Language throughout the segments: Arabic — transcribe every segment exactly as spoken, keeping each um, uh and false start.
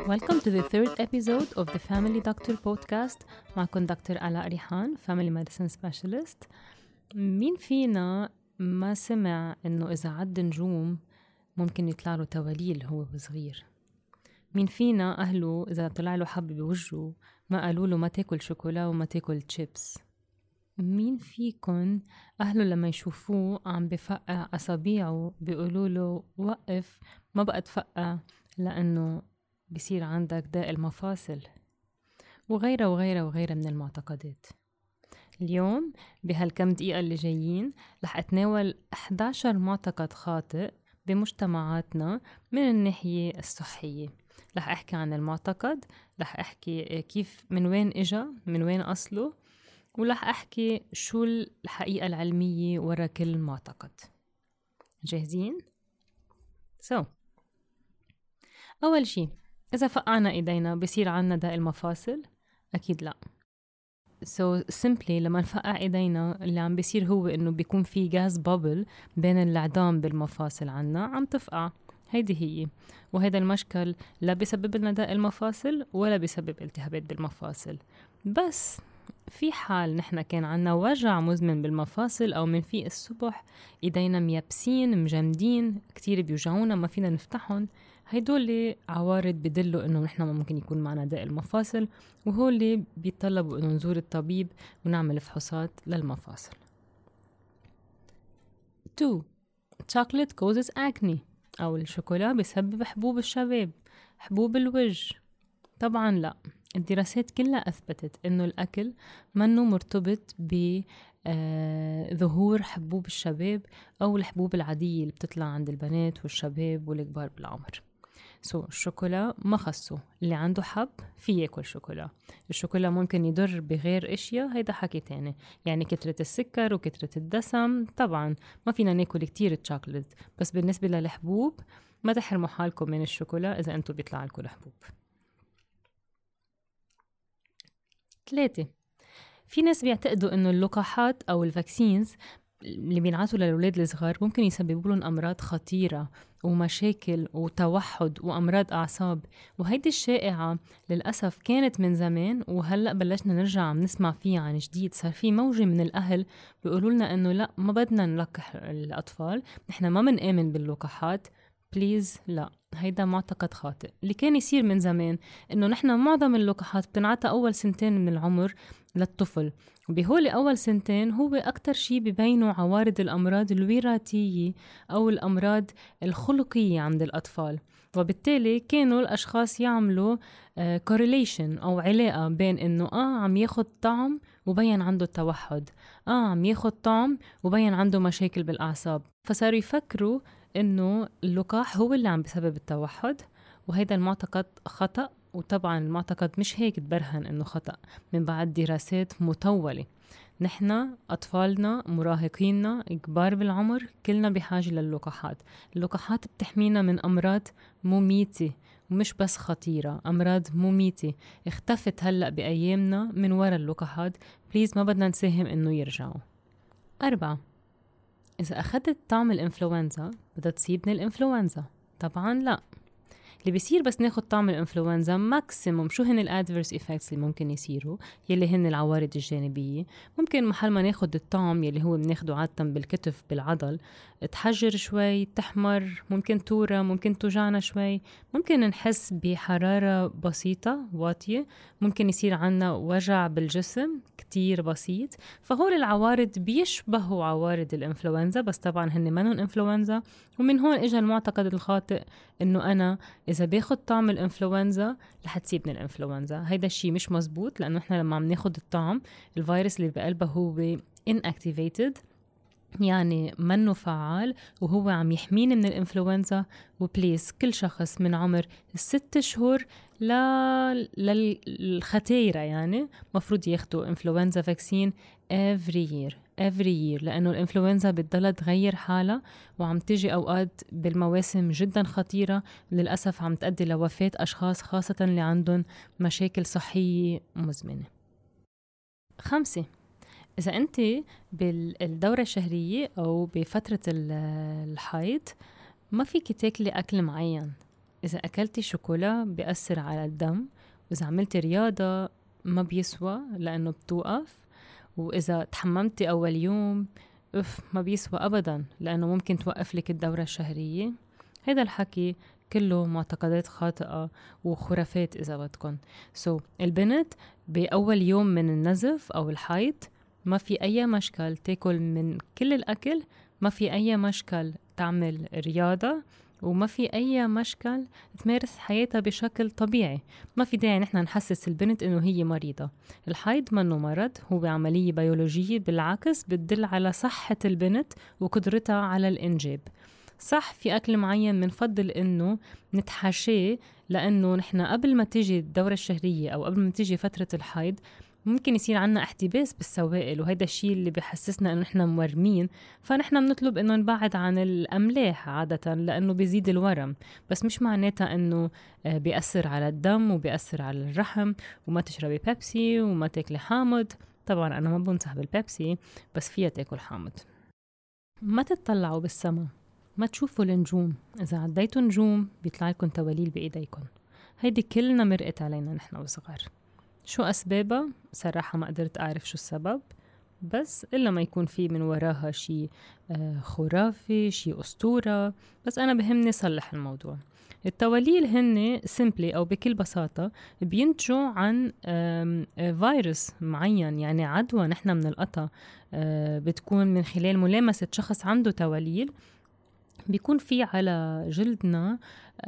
Welcome to the third episode of the Family Doctor Podcast. معكم دكتور علاء ريحان Family Medicine Specialist. مين فينا ما سمع إنه إذا عد نجوم ممكن يطلع له تواليل هو صغير؟ مين فينا أهله إذا طلع له حب بوجهه ما قالوا له ما تاكل شوكولا وما تاكل تشيبس؟ مين فيكن أهله لما يشوفوه عم بفقع أصابيعه بيقولوا له وقف ما بقى تفقع لأنه بيصير عندك داء المفاصل؟ وغيرها وغيرها وغيرها من المعتقدات. اليوم بهالكم دقيقة اللي جايين رح أتناول إحدى عشر معتقد خاطئ بمجتمعاتنا من الناحية الصحية. رح أحكي عن المعتقد، رح أحكي كيف من وين إجا، من وين أصله، ورح أحكي شو الحقيقة العلمية وراء كل معتقد. جاهزين؟ سو so. أول شي، إذا فقعنا إيدينا بيصير عنا داء المفاصل؟ أكيد لا. So simply لما نفقع إيدينا اللي عم بيصير هو إنه بيكون في غاز بابل بين العظام بالمفاصل عنا عم تفقع. هيدي هي، وهذا المشكل لا بيسبب لنا داء المفاصل ولا بيسبب التهابات بالمفاصل. بس في حال نحن كان عنا وجع مزمن بالمفاصل أو من في الصبح إيدينا ميابسين مجمدين كتير بيوجعونا ما فينا نفتحهم، هيدول عوارض بدلوا إنه نحن ممكن يكون معنا داء المفاصل، وهو اللي بيطلبوا إنه نزور الطبيب ونعمل فحوصات للمفاصل. two. Chocolate causes acne، أو الشوكولا بسبب حبوب الشباب، حبوب الوجه. طبعا لا، الدراسات كلها أثبتت إنه الأكل منه مرتبط بظهور حبوب الشباب أو الحبوب العادية اللي بتطلع عند البنات والشباب والكبار بالعمر. سو so, الشوكولا ما خصه، اللي عنده حب في ياكل شوكولا. الشوكولا ممكن يضر بغير اشياء، هيدا حكي تاني، يعني كترة السكر وكترة الدسم. طبعا ما فينا ناكل كتير الشوكولات، بس بالنسبة للحبوب ما تحرموا حالكم من الشوكولا إذا أنتوا بيطلع لكم الحبوب. ثلاثة، في ناس بيعتقدوا إنه اللقاحات أو الفاكسينز اللي بينعطوا للأولاد الصغار ممكن يسببوا لهم أمراض خطيرة ومشاكل وتوحد وأمراض أعصاب، وهيدي الشائعة للأسف كانت من زمان وهلأ بلشنا نرجع عم نسمع فيها عن جديد. صار في موجة من الأهل بيقولوا لنا إنه لا ما بدنا نلقح الأطفال، نحن ما منآمن باللقاحات، بليز لا. هيدا معتقد خاطئ. اللي كان يصير من زمان إنه نحن معظم اللقاحات بتنعطى أول سنتين من العمر للطفل، وبهول أول سنتين هو أكتر شي ببينوا عوارض الأمراض الوراثية أو الأمراض الخلقية عند الأطفال، وبالتالي كانوا الأشخاص يعملوا uh, correlation أو علاقة بين إنه آه عم ياخد طعم وبين عنده التوحد، آه عم ياخد طعم وبين عنده مشاكل بالأعصاب، فصاروا يفكروا إنه اللقاح هو اللي عم بسبب التوحد. وهذا المعتقد خطأ، وطبعا المعتقد مش هيك تبرهن إنه خطأ من بعد دراسات مطولة. نحن أطفالنا مراهقيننا كبار بالعمر كلنا بحاجة للقاحات. اللقاحات بتحمينا من أمراض مميتة ومش بس خطيرة، أمراض مميتة اختفت هلأ بأيامنا من وراء اللقاحات. بليز ما بدنا نساهم إنه يرجعوا. أربعة، إذا أخذت طعم الإنفلونزا بدها تصيبني الإنفلونزا؟ طبعا لا. اللي بيصير بس ناخد طعم الإنفلونزا ماكسيموم شو هن الادفيرس إيفكتس اللي ممكن يصيروا، يلي هن العوارض الجانبية. ممكن محل ما ناخد الطعم يلي هو بناخده عادة بالكتف بالعضل تحجر شوي، تحمر، ممكن تورة، ممكن توجعنا شوي، ممكن نحس بحرارة بسيطة واطية، ممكن يصير عنا وجع بالجسم كتير بسيط. فهول العوارض بيشبهوا عوارض الإنفلونزا، بس طبعا هن منهم إنفلونزا. ومن هون إجا المعتقد الخاطئ إنه أنا إذا باخد طعم الإنفلونزا رح تسيبني الإنفلونزا. هيدا الشيء مش مزبوط، لأنه إحنا لما عم ناخد الطعم الفيروس اللي بقلبه هو inactivated، يعني منه فعال، وهو عم يحميني من الإنفلونزا. وبليز كل شخص من عمر الست شهور لا للختيرة يعني مفروض ياخدوا إنفلونزا فاكسين every year every year، لأنه الإنفلونزا بتضل تغير حالها وعم تيجي أوقات بالمواسم جدا خطيرة، للأسف عم تؤدي لوفاة أشخاص خاصة اللي عندهم مشاكل صحية مزمنة. خمسة، إذا أنت بالدورة الشهرية أو بفترة الحيض ما فيك تاكلي أكل معين، إذا أكلتي شوكولا بيأثر على الدم، وإذا عملتي رياضة ما بيسوى لأنه بتوقف، وإذا تحممتي أول يوم أف ما بيسوى أبدا لأنه ممكن توقف لك الدورة الشهرية. هذا الحكي كله معتقدات خاطئة وخرافات إذا بدكن. سو so, البنت بأول يوم من النزف أو الحيض ما في أي مشكل تاكل من كل الأكل، ما في أي مشكل تعمل رياضة، وما في أي مشكل تمارس حياتها بشكل طبيعي. ما في داعي نحن نحسس البنت إنه هي مريضة. الحيض منه مرض، هو عملية بيولوجية، بالعكس بتدل على صحة البنت وقدرتها على الإنجاب. صح في أكل معين منفضل إنه نتحاشيه، لأنه نحن قبل ما تيجي الدورة الشهرية أو قبل ما تيجي فترة الحيض ممكن يصير عنا احتباس بالسوائل، وهذا الشيء اللي بيحسسنا انه نحن مورمين، فنحن بنطلب انه نبعد عن الاملاح عادة لانه بيزيد الورم. بس مش معناتها انه بيأثر على الدم وبيأثر على الرحم. وما تشربي بيبسي وما تاكلي حامض. طبعا انا ما بنصح بالبيبسي، بس فيها تاكل حامض. ما تتطلعوا بالسما، ما تشوفوا النجوم. اذا عديتوا نجوم بيطلع لكم تواليل بايديكم. هيدي كلنا مرقت علينا نحن وصغار. شو أسبابها؟ صراحة ما قدرت أعرف شو السبب، بس إلا ما يكون في من وراها شي خرافي، شي أسطورة. بس أنا بهمني صلح الموضوع. التواليل هن سيمبلي أو بكل بساطة بينتجوا عن فيروس معين، يعني عدوى نحن من القطع بتكون من خلال ملامسة شخص عنده تواليل. بيكون في على جلدنا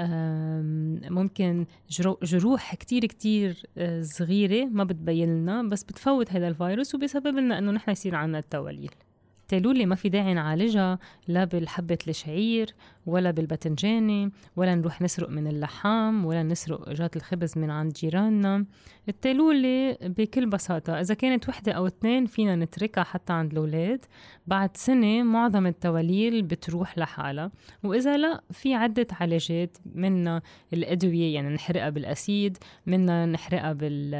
ممكن جروح كتير كتير صغيرة ما بتبين لنا، بس بتفوت هذا الفيروس وبسبب لنا أنه نحن يصير عنا التواليل. التالولة ما في داعي نعالجها لا بالحبة الشعير ولا بالباذنجاني، ولا نروح نسرق من اللحام، ولا نسرق جات الخبز من عند جيراننا. التالولة بكل بساطة إذا كانت وحدة أو اثنين فينا نتركها حتى عند الأولاد. بعد سنة معظم التواليل بتروح لحالها. وإذا لا، في عدة علاجات، منا الأدوية يعني نحرقها بالأسيد، منا نحرقها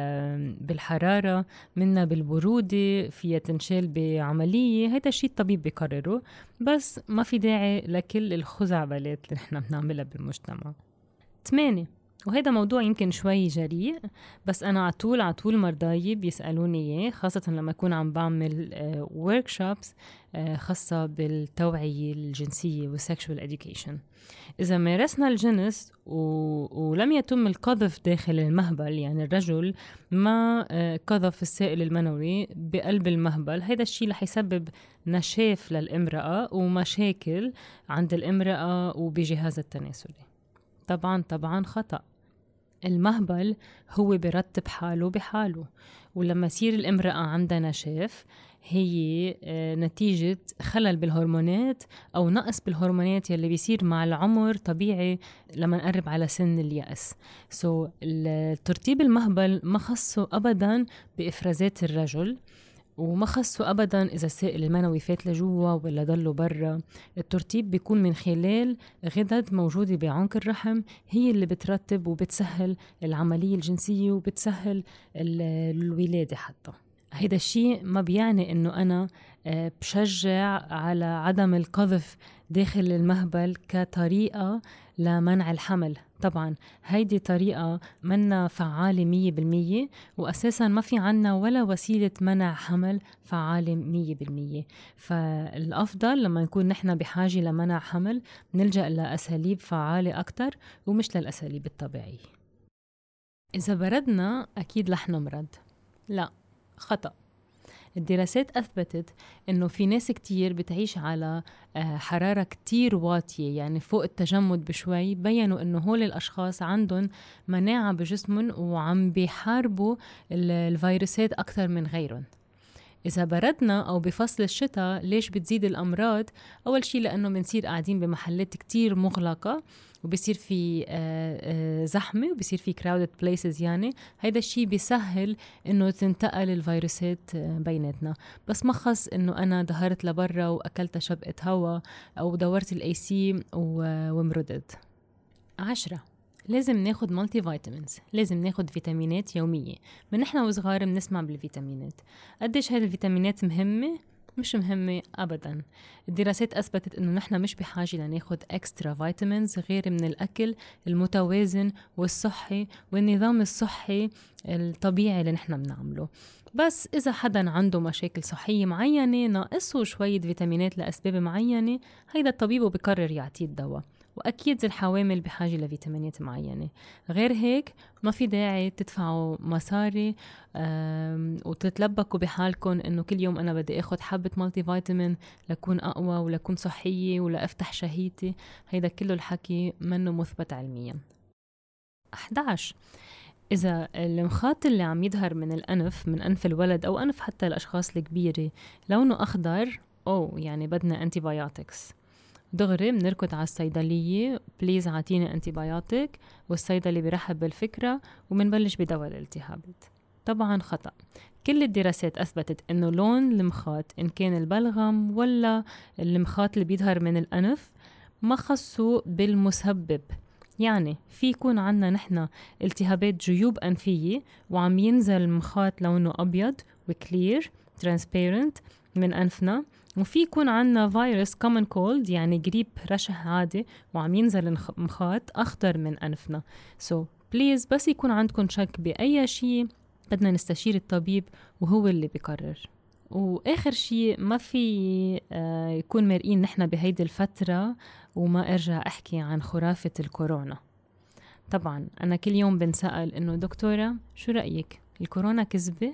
بالحرارة، منا بالبرودة فيها تنشال بعملية. هذا الشيء الطبيب بيقرره، بس ما في داعي لكل الخزعبلات اللي نحن بنعملها بالمجتمع. ثمانية، وهذا موضوع يمكن شوي جريء، بس أنا عطول عطول مرضاي بيسألوني إياه، خاصة لما أكون عم بعمل workshops خاصة بالتوعية الجنسية والsexual education. إذا مارسنا الجنس و... ولم يتم القذف داخل المهبل، يعني الرجل ما قذف السائل المنوي بقلب المهبل، هذا الشيء رح يسبب نشاف للامرأة ومشاكل عند الامرأة وبجهاز التناسلي. طبعا طبعا خطأ. المهبل هو برتب حاله بحاله، ولما يصير الامرأة عندها نشاف هي نتيجة خلل بالهرمونات أو نقص بالهرمونات يلي بيصير مع العمر طبيعي لما نقرب على سن اليأس. سو so, الترتيب المهبل ما خصه أبدا بإفرازات الرجل، وما خصه أبداً إذا السائل المنوي فات لجوا ولا ضلوا برا. الترتيب بيكون من خلال غدد موجودة بعنق الرحم، هي اللي بترتب وبتسهل العملية الجنسية وبتسهل الولادة حتى. هيدا الشيء ما بيعني إنه أنا بشجع على عدم القذف داخل المهبل كطريقة لمنع الحمل. طبعا هيدي طريقة منا فعالة مية بالمية، وأساسا ما في عنا ولا وسيلة منع حمل فعالة مية بالمية. فالأفضل لما نكون نحن بحاجة لمنع حمل نلجأ لأساليب فعالة أكتر ومش للأساليب الطبيعية. إذا بردنا أكيد رح نمرض. لا، خطأ. الدراسات أثبتت إنه في ناس كتير بتعيش على حرارة كتير واطية، يعني فوق التجمد بشوي، بيّنوا إنه هول الأشخاص عندهم مناعة بجسمهم وعم بيحاربوا الفيروسات أكتر من غيرهم. إذا بردنا أو بفصل الشتاء ليش بتزيد الأمراض؟ أول شيء لأنه بنصير قاعدين بمحلات كتير مغلقة وبيصير في زحمة وبيصير في crowded places، يعني هيدا الشيء بيسهل إنه تنتقل الفيروسات بيناتنا. بس ما خص إنه أنا ظهرت لبرا وأكلت شبقة هوا أو دورت الأي سي ومردد. عشرة، لازم ناخد مالتي فيتامينز، لازم ناخد فيتامينات يومية. من نحن وصغار بنسمع بالفيتامينات، قديش هذه الفيتامينات مهمة؟ مش مهمة أبداً. الدراسات أثبتت إنه نحن مش بحاجة لناخد إكسترا فيتامينز غير من الأكل المتوازن والصحي والنظام الصحي الطبيعي اللي نحن بنعمله. بس إذا حدا عنده مشاكل صحية معينة ناقصه شوية فيتامينات لأسباب معينة، هيدا الطبيب بيقرر يعطيه الدواء. وأكيد الحوامل بحاجة لفيتامينات معينة. غير هيك ما في داعي تدفعوا مصاري وتتلبكوا بحالكم إنه كل يوم أنا بدي أخذ حبة مالتي فيتامين لكون أقوى ولكون صحية ولا أفتح شهيتي. هيدا كله الحكي منه مثبت علميا. أحد عشر إذا المخاط اللي عم يظهر من الأنف، من أنف الولد أو أنف حتى الأشخاص الكبيرة، لونه أخضر، أو يعني بدنا أنتيبيوتكس، دغري بنركض على الصيدلية، بليز عطيني أنتيبيوتك، والصيدلي بيرحب بالفكرة ومنبلش بدواء الالتهابات. طبعا خطأ. كل الدراسات أثبتت إنه لون المخاط إن كان البلغم ولا المخاط اللي بيظهر من الأنف ما خصو بالمسبب. يعني في يكون عنا نحن التهابات جيوب أنفية وعم ينزل مخاط لونه أبيض وكلير ترانسبيرنت من أنفنا، وفي يكون عنا فيروس common cold يعني جريب رشح عادي وعم ينزل مخاط أخضر من أنفنا. so please بس يكون عندكم شك بأي شيء بدنا نستشير الطبيب وهو اللي بيقرر. وآخر شيء ما في آه يكون مرئين نحن بهيدي الفترة وما أرجع أحكي عن خرافة الكورونا. طبعا أنا كل يوم بنسأل إنه دكتورة شو رأيك الكورونا كذبة؟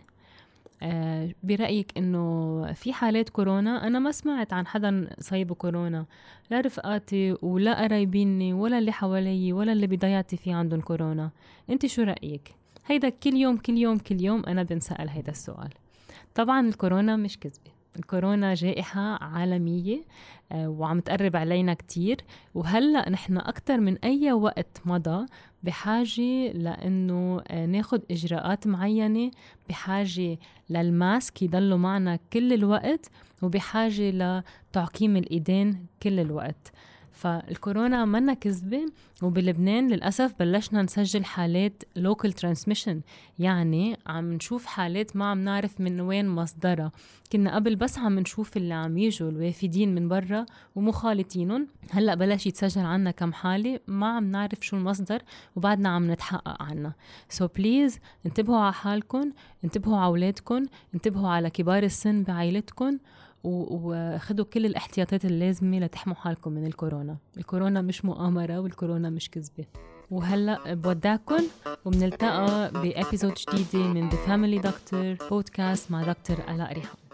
آه برأيك إنه في حالات كورونا؟ أنا ما سمعت عن حدا صيبه كورونا، لا رفقاتي ولا قرايبيني ولا اللي حوالي ولا اللي بضيعتي فيه عندهم كورونا. أنت شو رأيك؟ هيدا كل يوم كل يوم كل يوم أنا بنسأل هيدا السؤال. طبعا الكورونا مش كذبة، الكورونا جائحة عالمية آه وعم تقرب علينا كتير، وهلأ نحن أكتر من أي وقت مضى بحاجة لأنه آه ناخد إجراءات معينة، بحاجة للماسك يضلوا معنا كل الوقت، وبحاجة لتعقيم الإيدين كل الوقت. فالكورونا منا كذبة. وبلبنان للأسف بلشنا نسجل حالات local transmission، يعني عم نشوف حالات ما عم نعرف من وين مصدرها. كنا قبل بس عم نشوف اللي عم يجوا الوافدين من برا ومخالطينهم، هلأ بلش يتسجل عنا كم حالة ما عم نعرف شو المصدر وبعدنا عم نتحقق عنها. so please انتبهوا على حالكم، انتبهوا على أولادكم، انتبهوا على كبار السن بعائلتكم، وخدوا كل الاحتياطات اللازمة لتحموا حالكم من الكورونا. الكورونا مش مؤامرة والكورونا مش كذبة. وهلأ بودعكم وبنلتقى بأبيزود جديدة من The Family Doctor بودكاست مع دكتور آلاء ريحان.